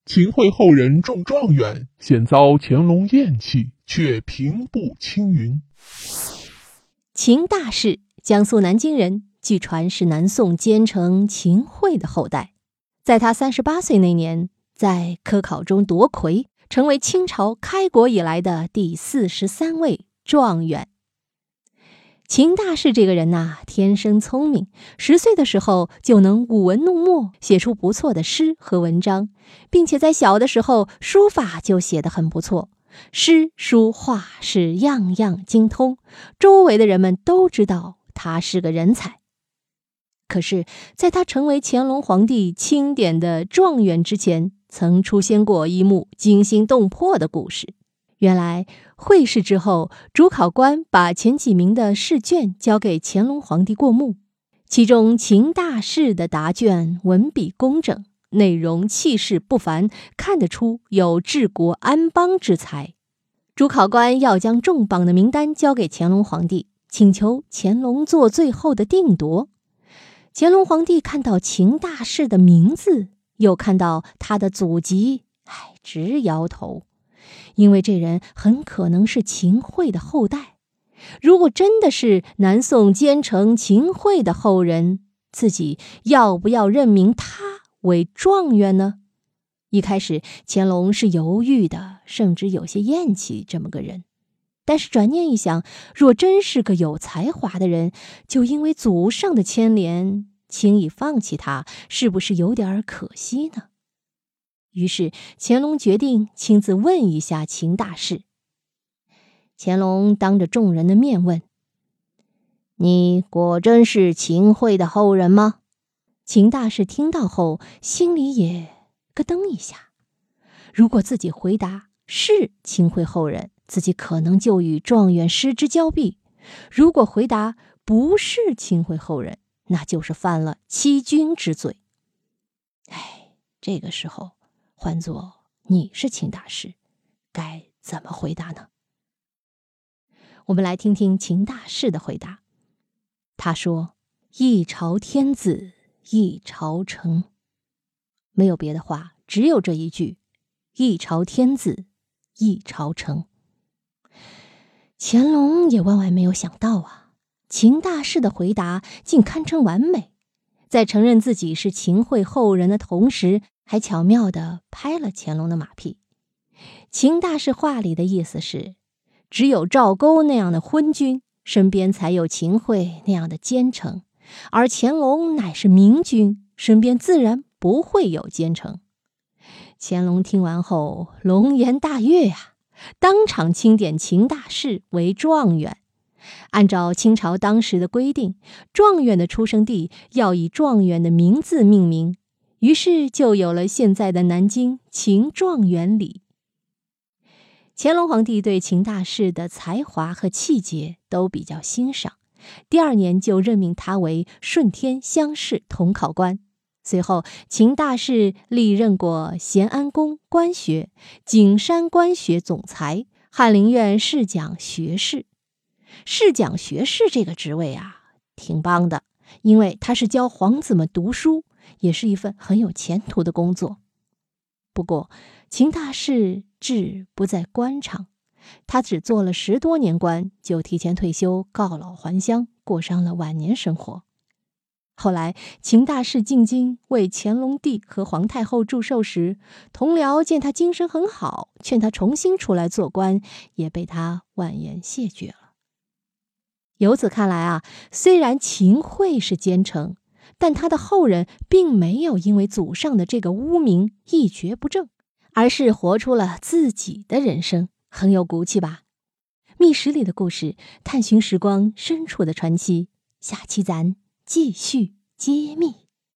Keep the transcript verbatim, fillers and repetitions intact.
秦桧后人中状元，险遭乾隆厌弃，却平步青云。 秦大士，江苏南京人，据传是南宋奸臣秦桧的后代。在他三十八岁那年，在科考中夺魁，成为清朝开国以来的第四十三位状元。秦大士这个人呐、啊，天生聪明，十岁的时候就能舞文弄墨，写出不错的诗和文章，并且在小的时候书法就写得很不错，诗书画是样样精通，周围的人们都知道他是个人才。可是在他成为乾隆皇帝钦点的状元之前，曾出现过一幕惊心动魄的故事。原来会试之后，主考官把前几名的试卷交给乾隆皇帝过目，其中秦大士的答卷文笔工整，内容气势不凡，看得出有治国安邦之才。主考官要将重磅的名单交给乾隆皇帝，请求乾隆做最后的定夺。乾隆皇帝看到秦大士的名字，又看到他的祖籍，唉，直摇头。因为这人很可能是秦桧的后代，如果真的是南宋奸臣秦桧的后人，自己要不要任命他为状元呢？一开始乾隆是犹豫的，甚至有些厌弃这么个人。但是转念一想，若真是个有才华的人，就因为祖上的牵连，轻易放弃他，是不是有点可惜呢？于是乾隆决定亲自问一下秦大士。乾隆当着众人的面问：你果真是秦桧的后人吗？秦大士听到后，心里也咯噔一下。如果自己回答是秦桧后人，自己可能就与状元失之交臂；如果回答不是秦桧后人，那就是犯了欺君之罪。哎，这个时候换作你是秦大士，该怎么回答呢？我们来听听秦大士的回答。他说：一朝天子一朝臣，没有别的话，只有这一句：一朝天子一朝臣。乾隆也万万没有想到啊，秦大士的回答竟堪称完美，在承认自己是秦桧后人的同时，还巧妙地拍了乾隆的马屁。秦大士话里的意思是，只有赵构那样的昏君，身边才有秦桧那样的奸臣，而乾隆乃是明君，身边自然不会有奸臣。乾隆听完后龙颜大悦呀、啊，当场钦点秦大士为状元。按照清朝当时的规定，状元的出生地要以状元的名字命名，于是就有了现在的南京秦状元里。乾隆皇帝对秦大士的才华和气节都比较欣赏，第二年就任命他为顺天乡试统考官。随后秦大士历任过咸安宫官学、景山官学总裁、翰林院侍讲学士。侍讲学士这个职位啊，挺棒的，因为他是教皇子们读书，也是一份很有前途的工作。不过秦大士志不在官场，他只做了十多年官，就提前退休，告老还乡，过上了晚年生活。后来秦大士进京为乾隆帝和皇太后祝寿时，同僚见他精神很好，劝他重新出来做官，也被他婉言谢绝了。由此看来啊，虽然秦桧是奸臣，但他的后人并没有因为祖上的这个污名一蹶不振，而是活出了自己的人生，很有骨气吧。密室里的故事，探寻时光深处的传奇，下期咱继续揭秘。